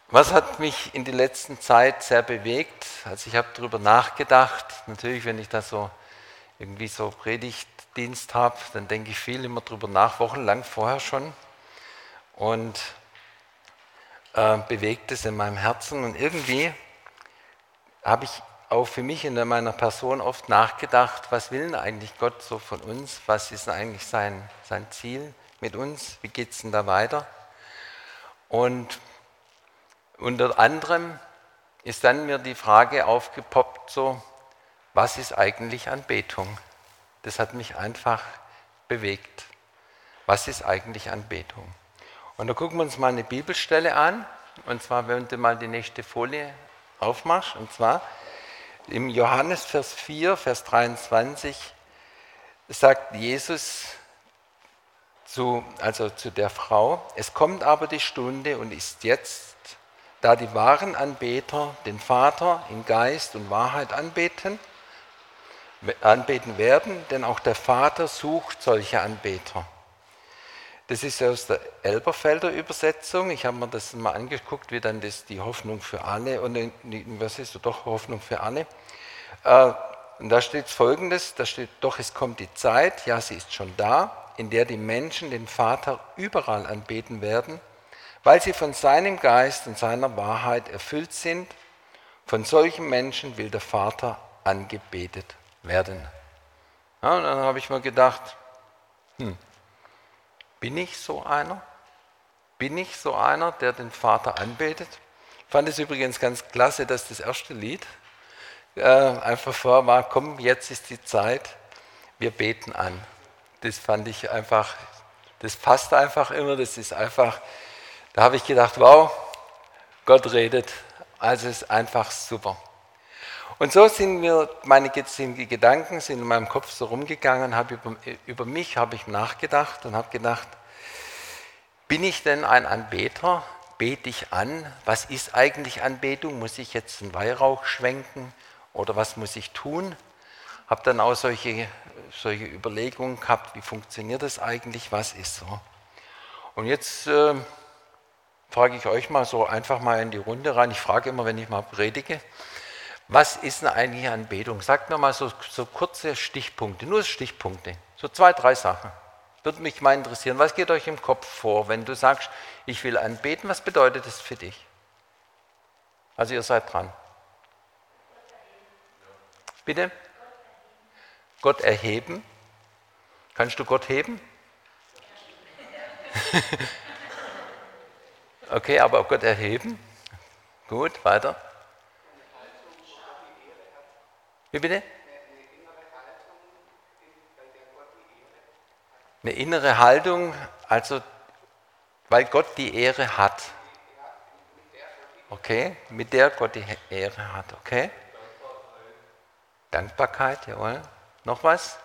Was hat mich in der letzten Zeit sehr bewegt? Also ich habe darüber nachgedacht. Natürlich, wenn ich da so irgendwie so Predigtdienst habe, dann denke ich viel immer darüber nach, wochenlang vorher schon. Und bewegt es in meinem Herzen. Und irgendwie habe ich auch für mich in meiner Person oft nachgedacht, was will denn eigentlich Gott so von uns? Was ist denn eigentlich sein Ziel mit uns? Wie geht es denn da weiter? Und unter anderem ist dann mir die Frage aufgepoppt, so, was ist eigentlich Anbetung? Das hat mich einfach bewegt. Was ist eigentlich Anbetung? Und da gucken wir uns mal eine Bibelstelle an, und zwar, wenn du mal die nächste Folie aufmachst, und zwar im Johannes Vers 4, Vers 23, sagt Jesus zu der Frau: Es kommt aber die Stunde und ist jetzt, da die wahren Anbeter den Vater in Geist und Wahrheit anbeten werden, denn auch der Vater sucht solche Anbeter. Das ist aus der Elberfelder Übersetzung. Ich habe mir das mal angeguckt, wie dann das die Hoffnung für alle, und was ist so, doch Hoffnung für alle. Und da steht Folgendes, da steht: Doch es kommt die Zeit, ja, sie ist schon da, in der die Menschen den Vater überall anbeten werden, weil sie von seinem Geist und seiner Wahrheit erfüllt sind. Von solchen Menschen will der Vater angebetet werden. Ja, und dann habe ich mir gedacht, bin ich so einer? Bin ich so einer, der den Vater anbetet? Ich fand es übrigens ganz klasse, dass das erste Lied einfach vor war: Komm, jetzt ist die Zeit, wir beten an. Das fand ich einfach, das passt einfach immer, das ist einfach, da habe ich gedacht, wow, Gott redet, also es ist einfach super. Und so sind die Gedanken sind in meinem Kopf so rumgegangen, über mich habe ich nachgedacht und habe gedacht, bin ich denn ein Anbeter? Bete ich an? Was ist eigentlich Anbetung? Muss ich jetzt einen Weihrauch schwenken oder was muss ich tun? Habe dann auch solche Überlegungen gehabt, wie funktioniert das eigentlich, was ist so? Und jetzt frage ich euch mal so einfach mal in die Runde rein. Ich frage immer, wenn ich mal predige, was ist denn eigentlich Anbetung? Sagt mir mal so kurze Stichpunkte, nur Stichpunkte, so 2, 3 Sachen. Würde mich mal interessieren, was geht euch im Kopf vor, wenn du sagst, ich will anbeten, was bedeutet das für dich? Also ihr seid dran. Bitte? Gott erheben. Kannst du Gott heben? Okay, aber Gott erheben. Gut, weiter. Wie bitte? Eine innere Haltung, also weil Gott die Ehre hat. Okay, mit der Gott die Ehre hat. Okay. Dankbarkeit, jawohl. Noch was?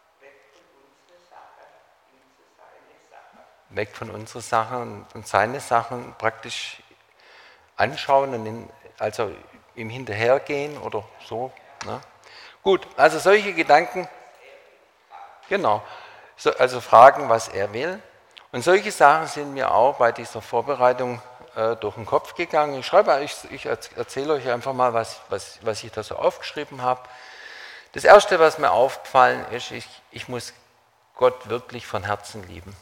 Weg von unseren Sachen und seine Sachen praktisch anschauen und also ihm hinterhergehen oder so. Ne? Gut, also solche Gedanken, genau. Also fragen, was er will. Und solche Sachen sind mir auch bei dieser Vorbereitung durch den Kopf gegangen. Ich erzähle euch einfach mal, was ich da so aufgeschrieben habe. Das Erste, was mir aufgefallen ist, ich muss Gott wirklich von Herzen lieben.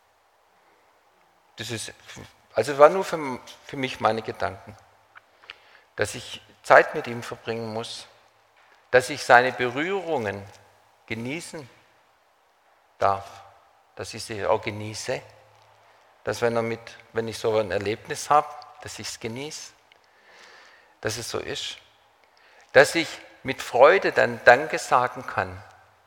Das war nur für mich meine Gedanken. Dass ich Zeit mit ihm verbringen muss, dass ich seine Berührungen genießen darf, dass ich sie auch genieße, dass wenn ich so ein Erlebnis habe, dass ich es genieße, dass es so ist, dass ich mit Freude dann Danke sagen kann.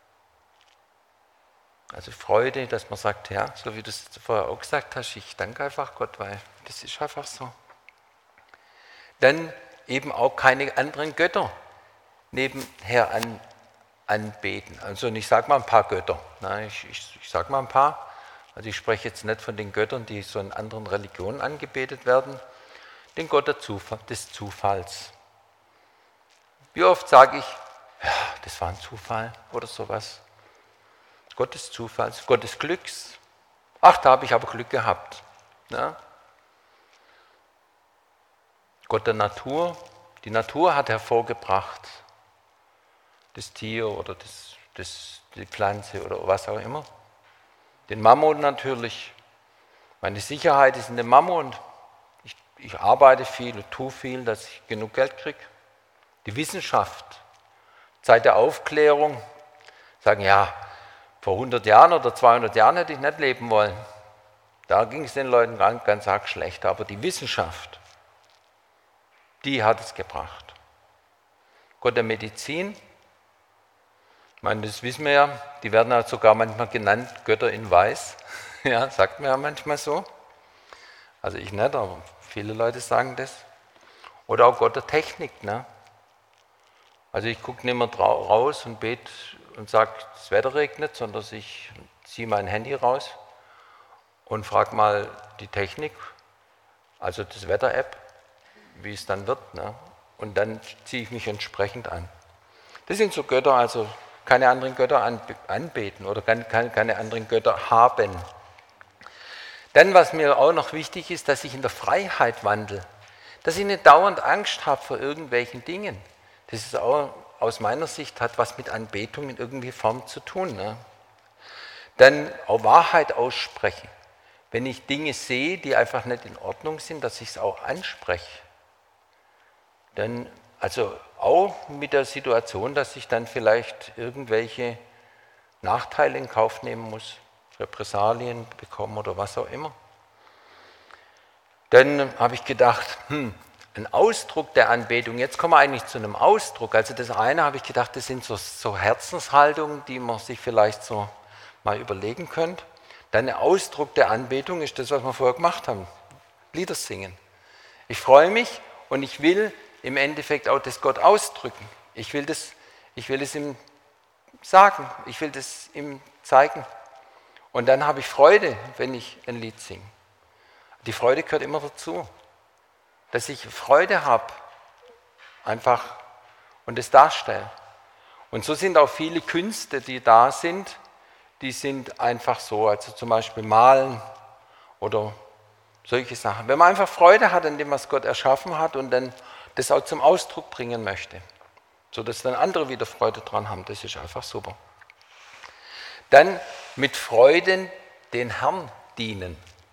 Also Freude, dass man sagt, ja, so wie du es vorher auch gesagt hast, ich danke einfach Gott, weil das ist einfach so. Dann eben auch keine anderen Götter nebenher anbeten. Also ich sage mal ein paar Götter. Ich sage mal ein paar. Also ich spreche jetzt nicht von den Göttern, die so in anderen Religionen angebetet werden. Den Gott des Zufalls. Wie oft sage ich, ja, das war ein Zufall oder sowas. Gott des Zufalls, Gott des Glücks. Ach, da habe ich aber Glück gehabt. Ja? Gott der Natur. Die Natur hat hervorgebracht, das Tier oder die Pflanze oder was auch immer. Den Mammon natürlich. Meine Sicherheit ist in dem Mammon. Ich arbeite viel und tue viel, dass ich genug Geld kriege. Die Wissenschaft, Zeit der Aufklärung, sagen ja, vor 100 Jahren oder 200 Jahren hätte ich nicht leben wollen. Da ging es den Leuten ganz arg schlecht. Aber die Wissenschaft, die hat es gebracht. Gott der Medizin, ich meine, das wissen wir ja, die werden ja sogar manchmal genannt Götter in Weiß. Ja, sagt man ja manchmal so. Also ich nicht, aber viele Leute sagen das. Oder auch Gott der Technik. Ne? Also ich gucke nicht mehr raus und bete und sage, das Wetter regnet, sondern ich ziehe mein Handy raus und frage mal die Technik, also das Wetter-App, wie es dann wird. Ne? Und dann ziehe ich mich entsprechend an. Das sind so Götter, also keine anderen Götter anbeten oder keine anderen Götter haben. Dann, was mir auch noch wichtig ist, dass ich in der Freiheit wandle. Dass ich nicht dauernd Angst habe vor irgendwelchen Dingen. Das ist auch aus meiner Sicht, hat was mit Anbetung in irgendwie Form zu tun. Ne? Dann auch Wahrheit aussprechen. Wenn ich Dinge sehe, die einfach nicht in Ordnung sind, dass ich es auch anspreche. Dann, also auch mit der Situation, dass ich dann vielleicht irgendwelche Nachteile in Kauf nehmen muss, Repressalien bekommen oder was auch immer. Dann habe ich gedacht, ein Ausdruck der Anbetung, jetzt kommen wir eigentlich zu einem Ausdruck. Also das eine habe ich gedacht, das sind so Herzenshaltungen, die man sich vielleicht so mal überlegen könnte. Dann ein Ausdruck der Anbetung ist das, was wir vorher gemacht haben, Lieder singen. Ich freue mich und ich will im Endeffekt auch das Gott ausdrücken. Ich will das ihm sagen, ich will das ihm zeigen. Und dann habe ich Freude, wenn ich ein Lied singe. Die Freude gehört immer dazu, dass ich Freude habe, einfach und es darstelle. Und so sind auch viele Künste, die da sind, die sind einfach so, also zum Beispiel malen oder solche Sachen. Wenn man einfach Freude hat an dem, was Gott erschaffen hat und dann das auch zum Ausdruck bringen möchte, sodass dann andere wieder Freude dran haben, das ist einfach super. Dann mit Freuden den Herrn dienen.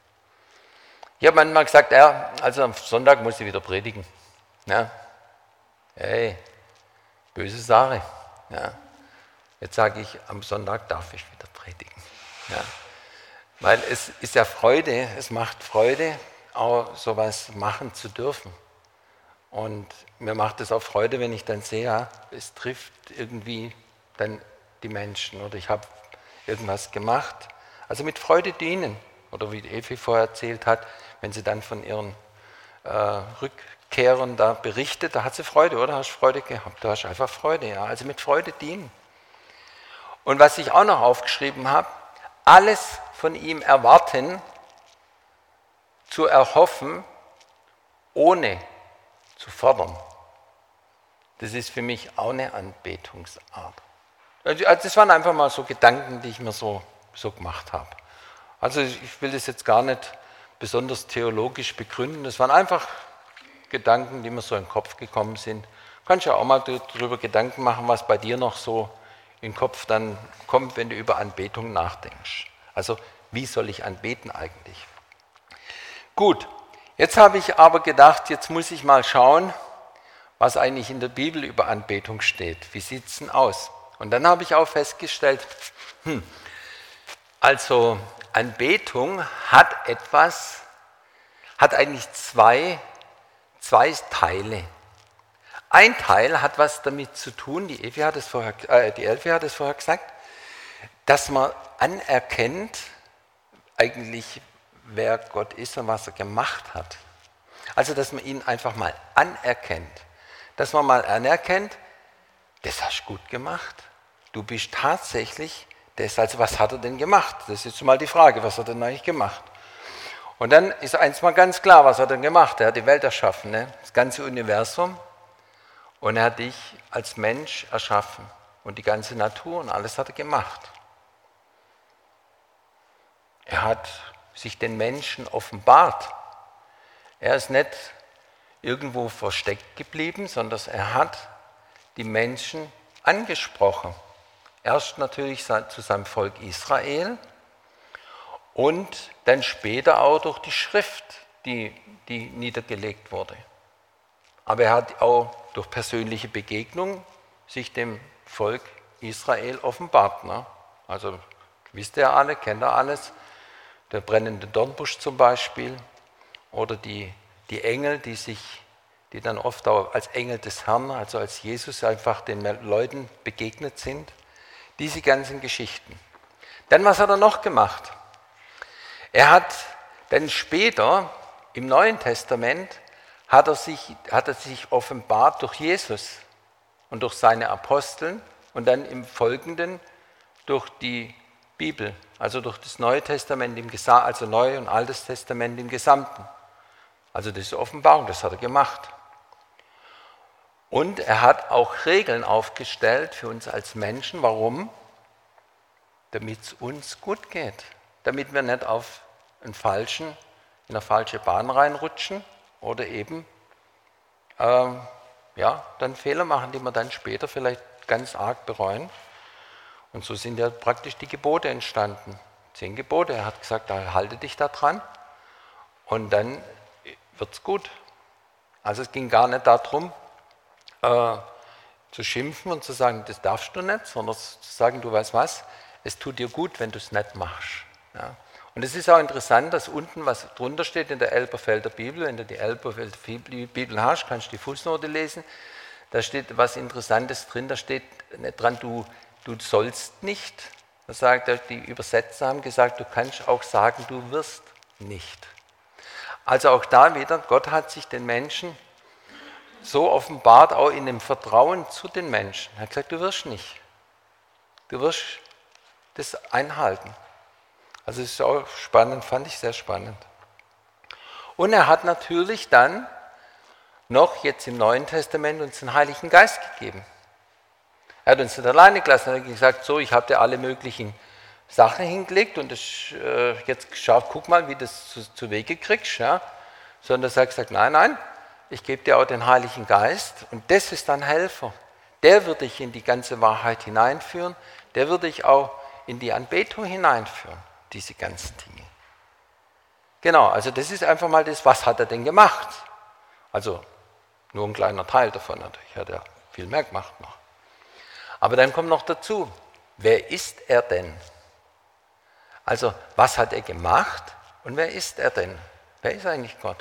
Ich habe manchmal gesagt, ja, also am Sonntag muss ich wieder predigen. Ja. Hey, böse Sache. Ja. Jetzt sage ich, am Sonntag darf ich wieder predigen. Ja. Weil es ist ja Freude, es macht Freude, auch sowas machen zu dürfen. Und mir macht es auch Freude, wenn ich dann sehe, ja, es trifft irgendwie dann die Menschen oder ich habe irgendwas gemacht. Also mit Freude dienen. Oder wie Evi vorher erzählt hat, wenn sie dann von ihren Rückkehrern da berichtet, da hat sie Freude, oder? Hast du Freude gehabt? Du hast einfach Freude, ja. Also mit Freude dienen. Und was ich auch noch aufgeschrieben habe, alles von ihm erwarten, zu erhoffen, ohne zu fordern. Das ist für mich auch eine Anbetungsart. Also das waren einfach mal so Gedanken, die ich mir so gemacht habe. Also ich will das jetzt gar nicht besonders theologisch begründen. Das waren einfach Gedanken, die mir so in den Kopf gekommen sind. Kannst ja auch mal darüber Gedanken machen, was bei dir noch so in den Kopf dann kommt, wenn du über Anbetung nachdenkst. Also wie soll ich anbeten eigentlich? Gut, jetzt habe ich aber gedacht, jetzt muss ich mal schauen, was eigentlich in der Bibel über Anbetung steht. Wie sieht es denn aus? Und dann habe ich auch festgestellt, also Anbetung hat eigentlich zwei Teile. Ein Teil hat was damit zu tun, die Elfi hat es vorher gesagt, dass man anerkennt eigentlich, wer Gott ist und was er gemacht hat. Also, dass man ihn einfach mal anerkennt. Dass man mal anerkennt, das hast du gut gemacht. Du bist tatsächlich das. Also, was hat er denn gemacht? Das ist jetzt mal die Frage, was hat er denn eigentlich gemacht? Und dann ist eins mal ganz klar, was hat er denn gemacht? Er hat die Welt erschaffen, ne? Das ganze Universum. Und er hat dich als Mensch erschaffen. Und die ganze Natur und alles hat er gemacht. Er hat sich den Menschen offenbart. Er ist nicht irgendwo versteckt geblieben, sondern er hat die Menschen angesprochen. Erst natürlich zu seinem Volk Israel und dann später auch durch die Schrift, die niedergelegt wurde. Aber er hat auch durch persönliche Begegnung sich dem Volk Israel offenbart. Ne? Also wisst ihr alle, kennt ihr alles, der brennende Dornbusch zum Beispiel oder die Engel, die dann oft auch als Engel des Herrn, also als Jesus einfach den Leuten begegnet sind. Diese ganzen Geschichten. Dann, was hat er noch gemacht? Er hat dann später im Neuen Testament hat er sich offenbart durch Jesus und durch seine Aposteln und dann im Folgenden durch die Bibel, also durch das Neue Testament, also Neue und Altes Testament im Gesamten. Also das ist Offenbarung, das hat er gemacht. Und er hat auch Regeln aufgestellt für uns als Menschen. Warum? Damit es uns gut geht. Damit wir nicht in eine falsche Bahn reinrutschen oder eben dann Fehler machen, die wir dann später vielleicht ganz arg bereuen. Und so sind ja praktisch die Gebote entstanden. 10 Gebote. Er hat gesagt, halte dich da dran und dann wird es gut. Also es ging gar nicht darum, zu schimpfen und zu sagen, das darfst du nicht, sondern zu sagen, du weißt was, es tut dir gut, wenn du es nicht machst. Ja. Und es ist auch interessant, dass unten was drunter steht in der Elberfelder Bibel, wenn du die Elberfelder Bibel hast, kannst du die Fußnote lesen, da steht was Interessantes drin, da steht nicht dran, du sollst nicht. Das sagt, die Übersetzer haben gesagt, du kannst auch sagen, du wirst nicht. Also auch da wieder, Gott hat sich den Menschen so offenbart, auch in dem Vertrauen zu den Menschen. Er hat gesagt, du wirst nicht. Du wirst das einhalten. Also das ist auch spannend, fand ich sehr spannend. Und er hat natürlich dann noch jetzt im Neuen Testament uns den Heiligen Geist gegeben. Er hat uns nicht alleine gelassen, er hat gesagt, so, ich habe dir alle möglichen Sachen hingelegt und jetzt guck mal, wie du das zu Wege kriegst. Ja? Sondern er hat gesagt, nein, ich gebe dir auch den Heiligen Geist und das ist dein Helfer. Der wird dich in die ganze Wahrheit hineinführen, der wird dich auch in die Anbetung hineinführen, diese ganzen Dinge. Genau, also das ist einfach mal das, was hat er denn gemacht? Also nur ein kleiner Teil davon natürlich, hat er viel mehr gemacht noch. Aber dann kommt noch dazu, wer ist er denn? Also was hat er gemacht und wer ist er denn? Wer ist eigentlich Gott?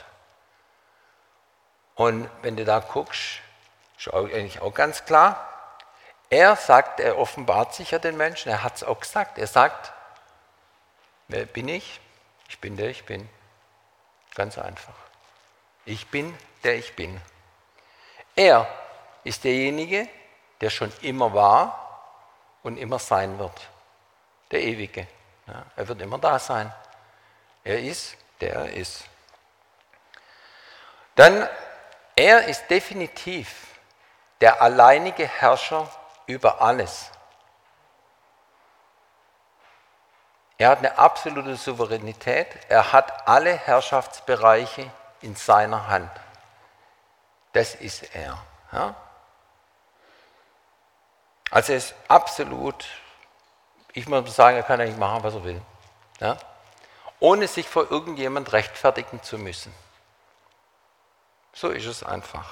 Und wenn du da guckst, ist eigentlich auch ganz klar, er sagt, er offenbart sich ja den Menschen, er hat es auch gesagt, er sagt, wer bin ich? Ich bin der ich bin. Ganz einfach. Ich bin der ich bin. Er ist derjenige, der schon immer war und immer sein wird. Der Ewige. Ja, er wird immer da sein. Er ist, der er ist. Dann, er ist definitiv der alleinige Herrscher über alles. Er hat eine absolute Souveränität. Er hat alle Herrschaftsbereiche in seiner Hand. Das ist er. Ja? Also er ist absolut, ich muss sagen, er kann eigentlich machen, was er will. Ja? Ohne sich vor irgendjemand rechtfertigen zu müssen. So ist es einfach.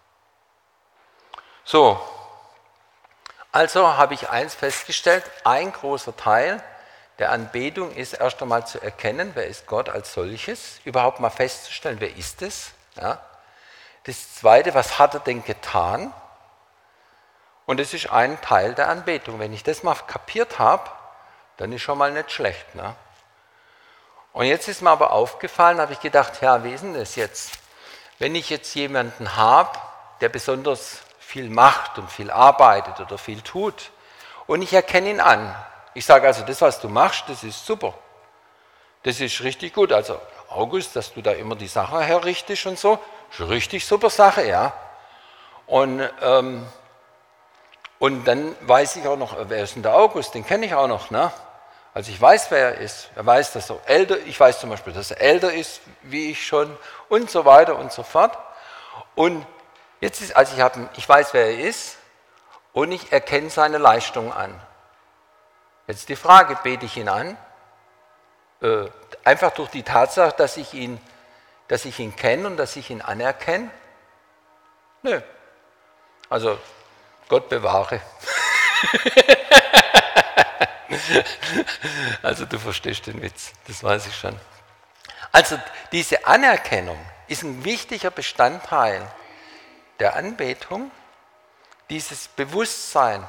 So, also habe ich eins festgestellt, ein großer Teil der Anbetung ist erst einmal zu erkennen, wer ist Gott als solches, überhaupt mal festzustellen, wer ist es. Ja? Das Zweite, was hat er denn getan? Und das ist ein Teil der Anbetung. Wenn ich das mal kapiert habe, dann ist schon mal nicht schlecht. Ne? Und jetzt ist mir aber aufgefallen, habe ich gedacht, ja, wie ist denn das jetzt? Wenn ich jetzt jemanden habe, der besonders viel macht und viel arbeitet oder viel tut und ich erkenne ihn an. Ich sage also, das, was du machst, das ist super. Das ist richtig gut. Also August, dass du da immer die Sache herrichtest und so, ist eine richtig super Sache, ja. Und dann weiß ich auch noch, wer ist denn der August? Den kenne ich auch noch, ne? Also ich weiß, wer er ist. Er weiß, ich weiß zum Beispiel, dass er älter ist wie ich schon und so weiter und so fort. Und jetzt ist, also ich weiß, wer er ist und ich erkenne seine Leistung an. Jetzt die Frage, bete ich ihn an? Einfach durch die Tatsache, dass ich ihn kenne und dass ich ihn anerkenne? Nö. Also Gott bewahre. Also du verstehst den Witz, das weiß ich schon. Also diese Anerkennung ist ein wichtiger Bestandteil der Anbetung, dieses Bewusstsein,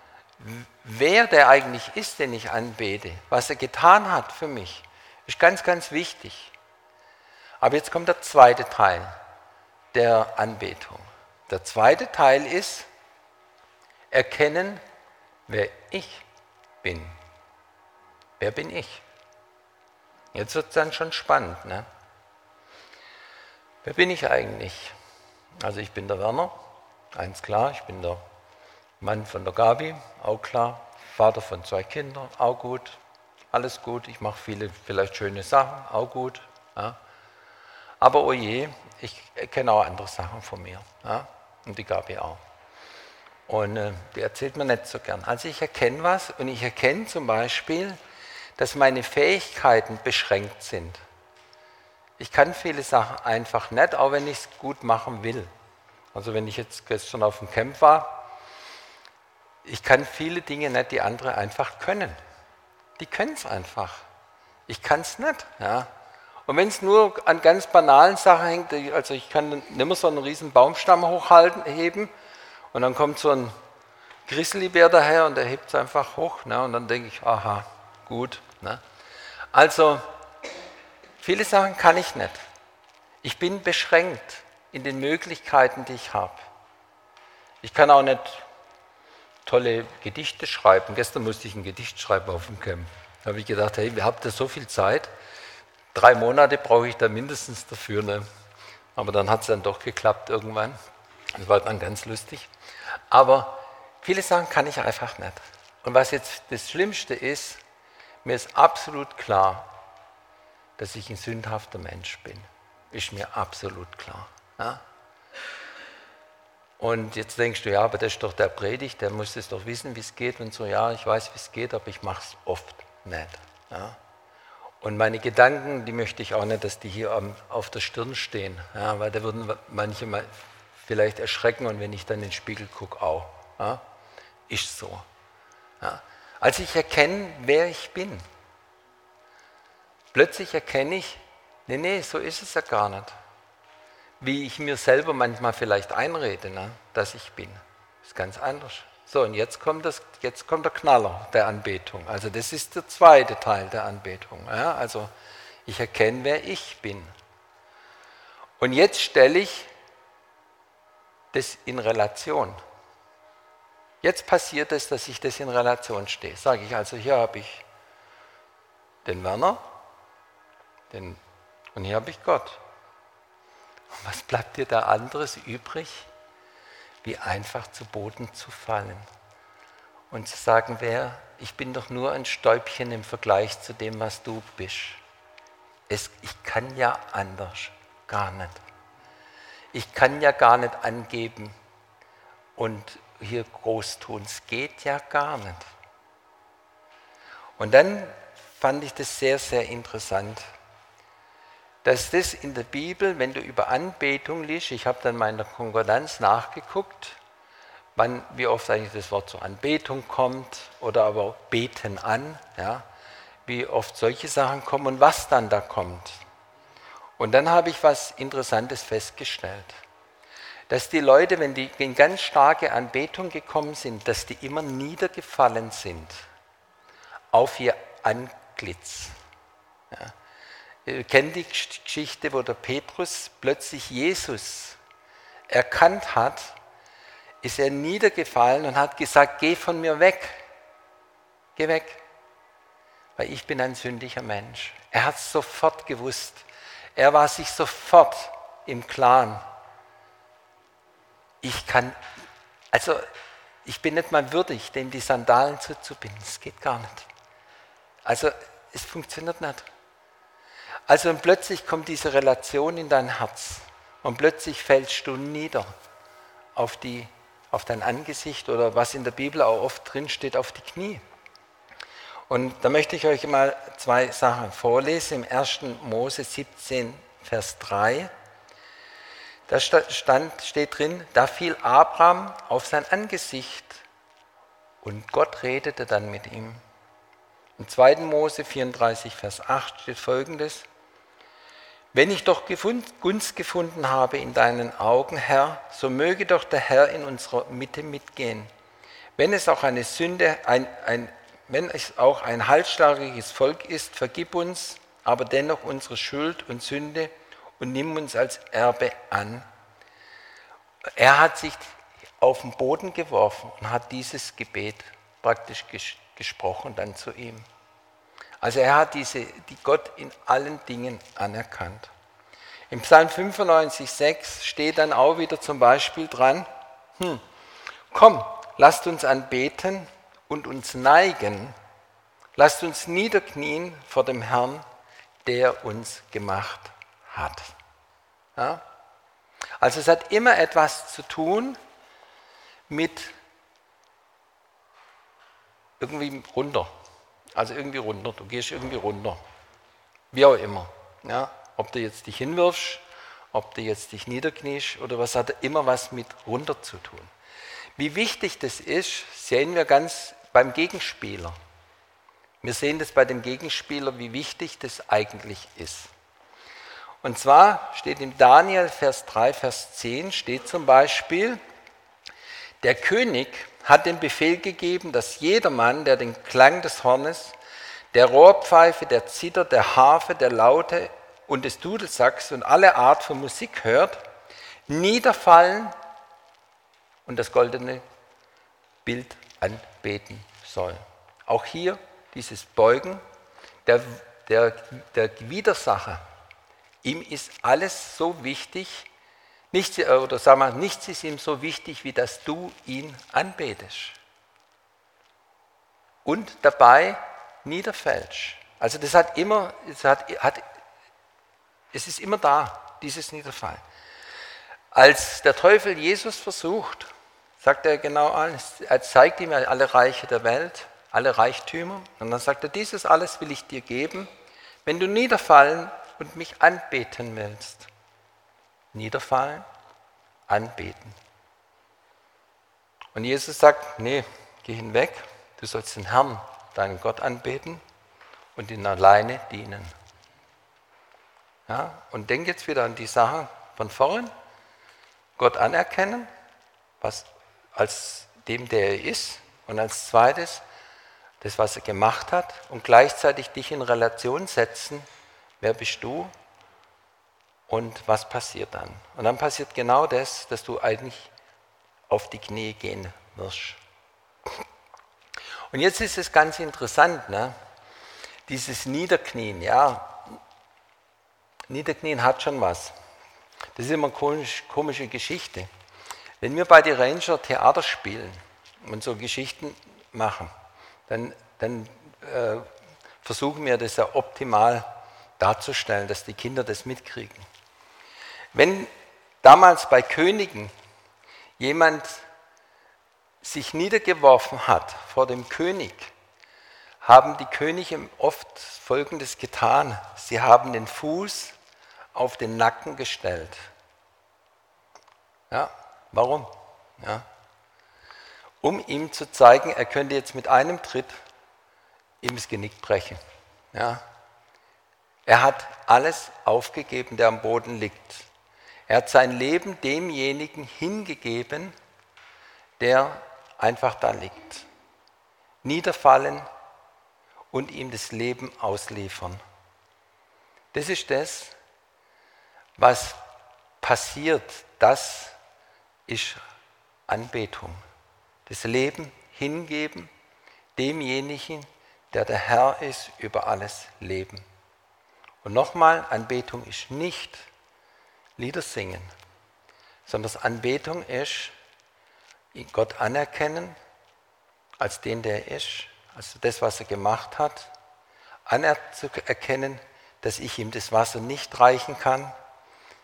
wer der eigentlich ist, den ich anbete, was er getan hat für mich, ist ganz, ganz wichtig. Aber jetzt kommt der zweite Teil der Anbetung. Der zweite Teil ist erkennen, wer ich bin. Wer bin ich? Jetzt wird es dann schon spannend. Ne? Wer bin ich eigentlich? Also ich bin der Werner, eins klar, ich bin der Mann von der Gabi, auch klar, Vater von 2 Kindern, auch gut, alles gut, ich mache viele vielleicht schöne Sachen, auch gut. Ja. Aber oh je, ich kenne auch andere Sachen von mir, ja, und die Gabi auch. Und die erzählt mir nicht so gern. Also ich erkenne was und ich erkenne zum Beispiel, dass meine Fähigkeiten beschränkt sind. Ich kann viele Sachen einfach nicht, auch wenn ich es gut machen will. Also wenn ich jetzt gestern auf dem Camp war, ich kann viele Dinge nicht, die andere einfach können. Die können es einfach. Ich kann es nicht. Ja. Und wenn es nur an ganz banalen Sachen hängt, also ich kann nicht mehr so einen riesen Baumstamm hochheben und dann kommt so ein Grizzlybär daher und der hebt es einfach hoch. Ne, und dann denke ich, aha, gut. Ne. Also viele Sachen kann ich nicht. Ich bin beschränkt in den Möglichkeiten, die ich habe. Ich kann auch nicht tolle Gedichte schreiben. Gestern musste ich ein Gedicht schreiben auf dem Camp. Da habe ich gedacht, hey, ihr habt ja so viel Zeit. 3 Monate brauche ich da mindestens dafür. Ne? Aber dann hat es dann doch geklappt irgendwann. Das war dann ganz lustig. Aber viele Sachen kann ich einfach nicht. Und was jetzt das Schlimmste ist, mir ist absolut klar, dass ich ein sündhafter Mensch bin. Ist mir absolut klar. Ja? Und jetzt denkst du, ja, aber das ist doch der Predigt, der muss es doch wissen, wie es geht. Und so, ja, ich weiß, wie es geht, aber ich mache es oft nicht. Ja? Und meine Gedanken, die möchte ich auch nicht, dass die hier auf der Stirn stehen. Ja? Weil da würden manche mal vielleicht erschrecken und wenn ich dann in den Spiegel gucke, auch. Ja? Ist so. Ja? Also ich erkenne, wer ich bin. Plötzlich erkenne ich, nee, so ist es ja gar nicht. Wie ich mir selber manchmal vielleicht einrede, ne, dass ich bin. Das ist ganz anders. So, und jetzt kommt der Knaller der Anbetung. Also das ist der zweite Teil der Anbetung. Ja, also ich erkenne, wer ich bin. Und jetzt stelle ich das in Relation. Jetzt passiert es, dass ich das in Relation stehe. Sage ich also, hier habe ich den Werner und hier habe ich Gott. Und was bleibt dir da anderes übrig, wie einfach zu Boden zu fallen und zu sagen, ich bin doch nur ein Stäubchen im Vergleich zu dem, was du bist. Ich kann ja anders, gar nicht. Ich kann ja gar nicht angeben und hier groß tun, es geht ja gar nicht. Und dann fand ich das sehr, sehr interessant, dass das in der Bibel, wenn du über Anbetung liest, ich habe dann mal in der Konkordanz nachgeguckt, wie oft eigentlich das Wort zur Anbetung kommt oder aber auch beten an, ja, wie oft solche Sachen kommen und was dann da kommt. Und dann habe ich was Interessantes festgestellt, dass die Leute, wenn die in ganz starke Anbetung gekommen sind, dass die immer niedergefallen sind auf ihr Antlitz. Ja. Ihr kennt die Geschichte, wo der Petrus plötzlich Jesus erkannt hat, ist er niedergefallen und hat gesagt, geh von mir weg, geh weg, weil ich bin ein sündiger Mensch. Er hat es sofort gewusst, er war sich sofort im Klaren. Ich bin nicht mal würdig, dem die Sandalen zuzubinden, das geht gar nicht. Also es funktioniert nicht. Also und plötzlich kommt diese Relation in dein Herz und plötzlich fällst du nieder auf dein Angesicht oder was in der Bibel auch oft drin steht, auf die Knie. Und da möchte ich euch mal 2 Sachen vorlesen. Im 1. Mose 17, Vers 3. Da steht drin, da fiel Abraham auf sein Angesicht und Gott redete dann mit ihm. Im 2. Mose 34, Vers 8 steht Folgendes. Wenn ich doch Gunst gefunden habe in deinen Augen, Herr, so möge doch der Herr in unserer Mitte mitgehen. Wenn es auch eine Sünde, wenn es auch ein halsstarriges Volk ist, vergib uns, aber dennoch unsere Schuld und Sünde und nimm uns als Erbe an. Er hat sich auf den Boden geworfen und hat dieses Gebet praktisch gesprochen dann zu ihm. Also er hat die Gott in allen Dingen anerkannt. Im Psalm 95,6 steht dann auch wieder zum Beispiel dran, komm, lasst uns anbeten und uns neigen, lasst uns niederknien vor dem Herrn, der uns gemacht hat. Ja? Also es hat immer etwas zu tun mit irgendwie runter. Also irgendwie runter, du gehst irgendwie runter. Wie auch immer. Ja? Ob du jetzt dich hinwirfst, ob du jetzt dich niederkniest oder was, hat immer was mit runter zu tun. Wie wichtig das ist, sehen wir ganz beim Gegenspieler. Wir sehen das bei dem Gegenspieler, wie wichtig das eigentlich ist. Und zwar steht in Daniel Vers 3, Vers 10, steht zum Beispiel, der König hat den Befehl gegeben, dass jedermann, der den Klang des Hornes, der Rohrpfeife, der Zither, der Harfe, der Laute und des Dudelsacks und alle Art von Musik hört, niederfallen und das goldene Bild anbeten soll. Auch hier dieses Beugen, der Widersacher, ihm ist alles so wichtig, nichts ist ihm so wichtig, wie dass du ihn anbetest. Und dabei niederfällst. Also das hat immer, es ist immer da, dieses Niederfallen. Als der Teufel Jesus versucht, sagt er genau alles, er zeigt ihm alle Reiche der Welt, alle Reichtümer, und dann sagt er, dieses alles will ich dir geben, wenn du niederfallen und mich anbeten willst. Niederfallen, anbeten. Und Jesus sagt, nee, geh hinweg, du sollst den Herrn, deinen Gott anbeten und ihn alleine dienen. Ja, und denk jetzt wieder an die Sache von vorhin, Gott anerkennen, als dem, der er ist, und als zweites, das, was er gemacht hat, und gleichzeitig dich in Relation setzen, wer bist du und was passiert dann? Und dann passiert genau das, dass du eigentlich auf die Knie gehen wirst. Und jetzt ist es ganz interessant, ne? Dieses Niederknien, ja, Niederknien hat schon was. Das ist immer eine komische Geschichte. Wenn wir bei den Ranger Theater spielen und so Geschichten machen, dann versuchen wir das ja optimal darzustellen, dass die Kinder das mitkriegen. Wenn damals bei Königen jemand sich niedergeworfen hat vor dem König, haben die Könige oft Folgendes getan. Sie haben den Fuß auf den Nacken gestellt. Ja, warum? Ja. Um ihm zu zeigen, er könnte jetzt mit einem Tritt ihm das Genick brechen. Ja. Er hat alles aufgegeben, der am Boden liegt. Er hat sein Leben demjenigen hingegeben, der einfach da liegt. Niederfallen und ihm das Leben ausliefern. Das ist das, was passiert. Das ist Anbetung. Das Leben hingeben demjenigen, der der Herr ist über alles Leben. Und nochmal, Anbetung ist nicht Lieder singen, sondern Anbetung ist Gott anerkennen als den, der er ist, also das, was er gemacht hat, anerkennen, dass ich ihm das Wasser nicht reichen kann,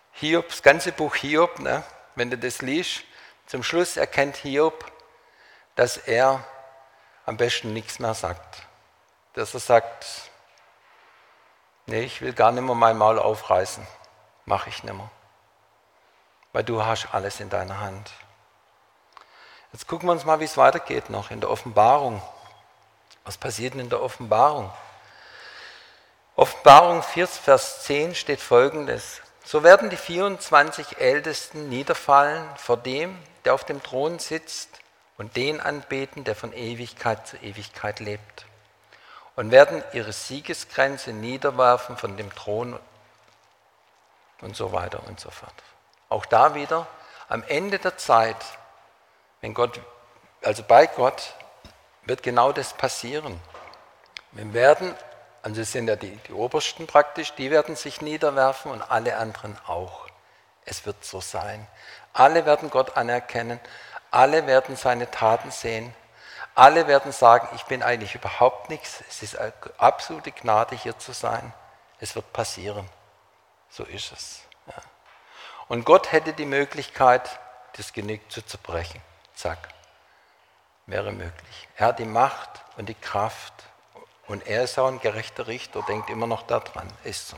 Hiob, das ganze Buch Hiob, ne, wenn du das liest, zum Schluss erkennt Hiob, dass er am besten nichts mehr sagt. Dass er sagt, nee, ich will gar nicht mehr mein Maul aufreißen. Mache ich nicht mehr. Weil du hast alles in deiner Hand. Jetzt gucken wir uns mal, wie es weitergeht noch in der Offenbarung. Was passiert denn in der Offenbarung? Offenbarung 4, Vers 10 steht Folgendes. So werden die 24 Ältesten niederfallen vor dem, der auf dem Thron sitzt und den anbeten, der von Ewigkeit zu Ewigkeit lebt. Und werden ihre Siegeskränze niederwerfen von dem Thron und so weiter und so fort. Auch da wieder, am Ende der Zeit, wenn Gott, also bei Gott, wird genau das passieren. Wir werden, also es sind ja die Obersten praktisch, die werden sich niederwerfen und alle anderen auch. Es wird so sein. Alle werden Gott anerkennen, alle werden seine Taten sehen, alle werden sagen, ich bin eigentlich überhaupt nichts, es ist eine absolute Gnade, hier zu sein. Es wird passieren. So ist es. Ja. Und Gott hätte die Möglichkeit, das Genick zu zerbrechen. Zack. Wäre möglich. Er hat die Macht und die Kraft und er ist auch ein gerechter Richter, denkt immer noch daran. Ist so.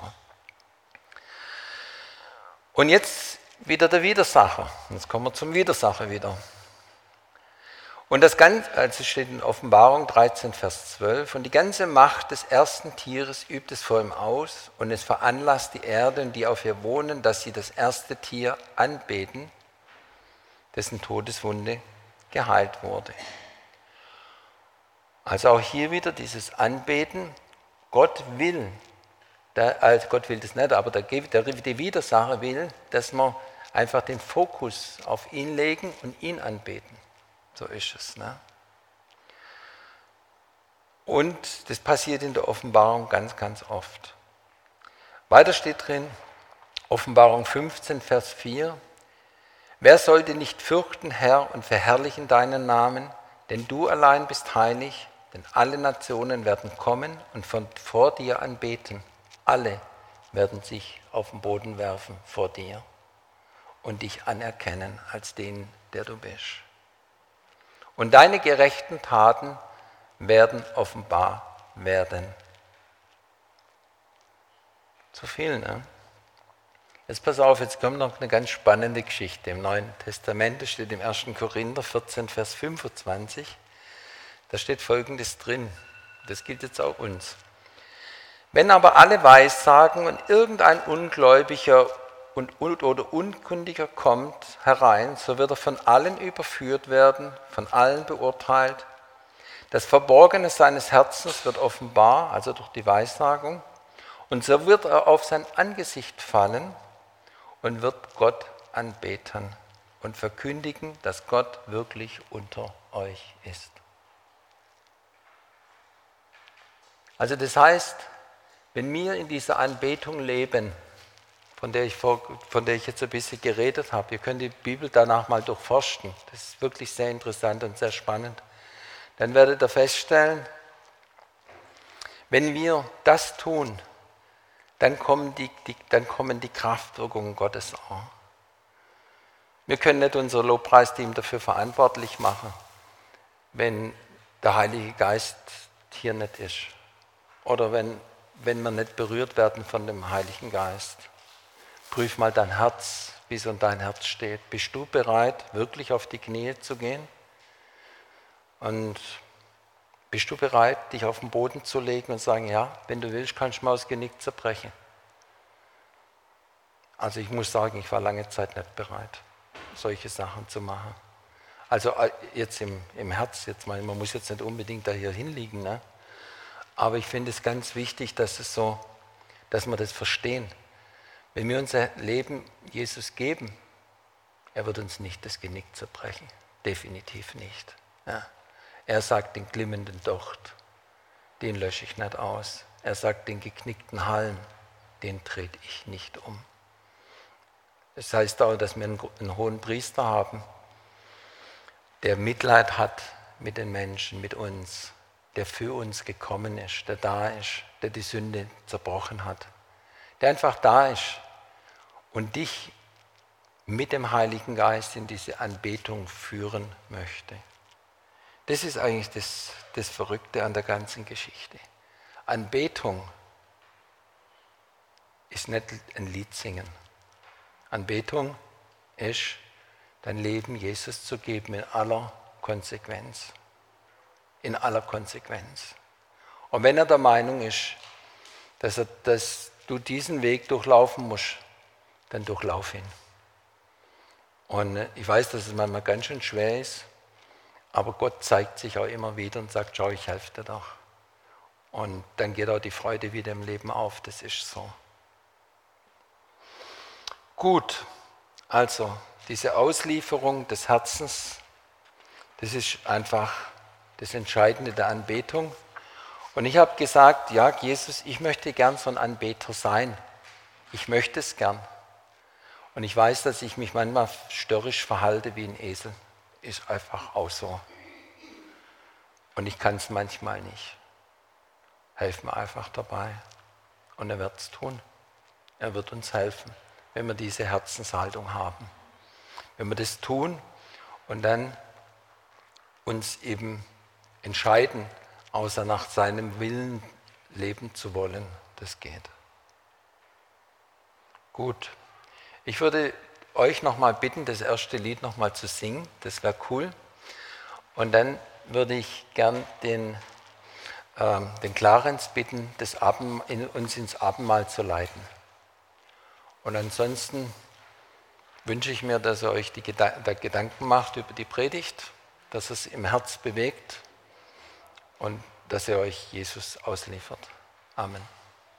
Und jetzt wieder der Widersacher. Jetzt kommen wir zum Widersacher wieder. Und das Ganze, also steht in Offenbarung 13, Vers 12, und die ganze Macht des ersten Tieres übt es vor ihm aus und es veranlasst die Erde und die auf ihr wohnen, dass sie das erste Tier anbeten, dessen Todeswunde geheilt wurde. Also auch hier wieder dieses Anbeten. Gott will, also Gott will das nicht, aber der Widersacher will, dass wir einfach den Fokus auf ihn legen und ihn anbeten. So ist es. Ne? Und das passiert in der Offenbarung ganz, ganz oft. Weiter steht drin, Offenbarung 15, Vers 4. Wer sollte nicht fürchten, Herr, und verherrlichen deinen Namen, denn du allein bist heilig, denn alle Nationen werden kommen und vor dir anbeten. Alle werden sich auf den Boden werfen vor dir und dich anerkennen als den, der du bist. Und deine gerechten Taten werden offenbar werden. Zu viel, ne? Jetzt pass auf, jetzt kommt noch eine ganz spannende Geschichte. Im Neuen Testament, das steht im 1. Korinther 14, Vers 25. Da steht Folgendes drin. Das gilt jetzt auch uns. Wenn aber alle Weissagen und irgendein Ungläubiger oder Unkundiger kommt herein, so wird er von allen überführt werden, von allen beurteilt. Das Verborgene seines Herzens wird offenbar, also durch die Weissagung, und so wird er auf sein Angesicht fallen und wird Gott anbeten und verkündigen, dass Gott wirklich unter euch ist. Also das heißt, wenn wir in dieser Anbetung leben, von der ich jetzt ein bisschen geredet habe, ihr könnt die Bibel danach mal durchforsten, das ist wirklich sehr interessant und sehr spannend, dann werdet ihr feststellen, wenn wir das tun, dann kommen die Kraftwirkungen Gottes auch. Wir können nicht unser Lobpreisteam dafür verantwortlich machen, wenn der Heilige Geist hier nicht ist. Oder wenn wir nicht berührt werden von dem Heiligen Geist. Prüf mal dein Herz, wie es in dein Herz steht. Bist du bereit, wirklich auf die Knie zu gehen? Und bist du bereit, dich auf den Boden zu legen und sagen, ja, wenn du willst, kannst du mal das Genick zerbrechen. Also ich muss sagen, ich war lange Zeit nicht bereit, solche Sachen zu machen. Also jetzt im Herz, jetzt mal, man muss jetzt nicht unbedingt da hier hinliegen, ne? Aber ich finde es ganz wichtig, dass wir das verstehen. Wenn wir unser Leben Jesus geben, er wird uns nicht das Genick zerbrechen. Definitiv nicht. Ja. Er sagt den glimmenden Docht, den lösche ich nicht aus. Er sagt den geknickten Halm, den trete ich nicht um. Das heißt auch, dass wir einen hohen Priester haben, der Mitleid hat mit den Menschen, mit uns, der für uns gekommen ist, der da ist, der die Sünde zerbrochen hat, der einfach da ist und dich mit dem Heiligen Geist in diese Anbetung führen möchte. Das ist eigentlich das Verrückte an der ganzen Geschichte. Anbetung ist nicht ein Lied singen. Anbetung ist, dein Leben Jesus zu geben in aller Konsequenz. In aller Konsequenz. Und wenn er der Meinung ist, dass du diesen Weg durchlaufen musst, dann durchlauf ihn. Und ich weiß, dass es manchmal ganz schön schwer ist, aber Gott zeigt sich auch immer wieder und sagt, schau, ich helfe dir doch. Und dann geht auch die Freude wieder im Leben auf, das ist so. Gut, also diese Auslieferung des Herzens, das ist einfach das Entscheidende der Anbetung. Und ich habe gesagt, ja, Jesus, ich möchte gern so ein Anbeter sein. Ich möchte es gern. Und ich weiß, dass ich mich manchmal störrisch verhalte wie ein Esel. Ist einfach auch so. Und ich kann es manchmal nicht. Helf mir einfach dabei. Und er wird es tun. Er wird uns helfen, wenn wir diese Herzenshaltung haben. Wenn wir das tun und dann uns eben entscheiden, außer nach seinem Willen leben zu wollen, das geht. Gut, ich würde euch nochmal bitten, das erste Lied nochmal zu singen, das wäre cool. Und dann würde ich gern den Clarence bitten, uns ins Abendmahl zu leiten. Und ansonsten wünsche ich mir, dass ihr euch Gedanken macht über die Predigt, dass es im Herz bewegt und dass ihr euch Jesus ausliefert. Amen.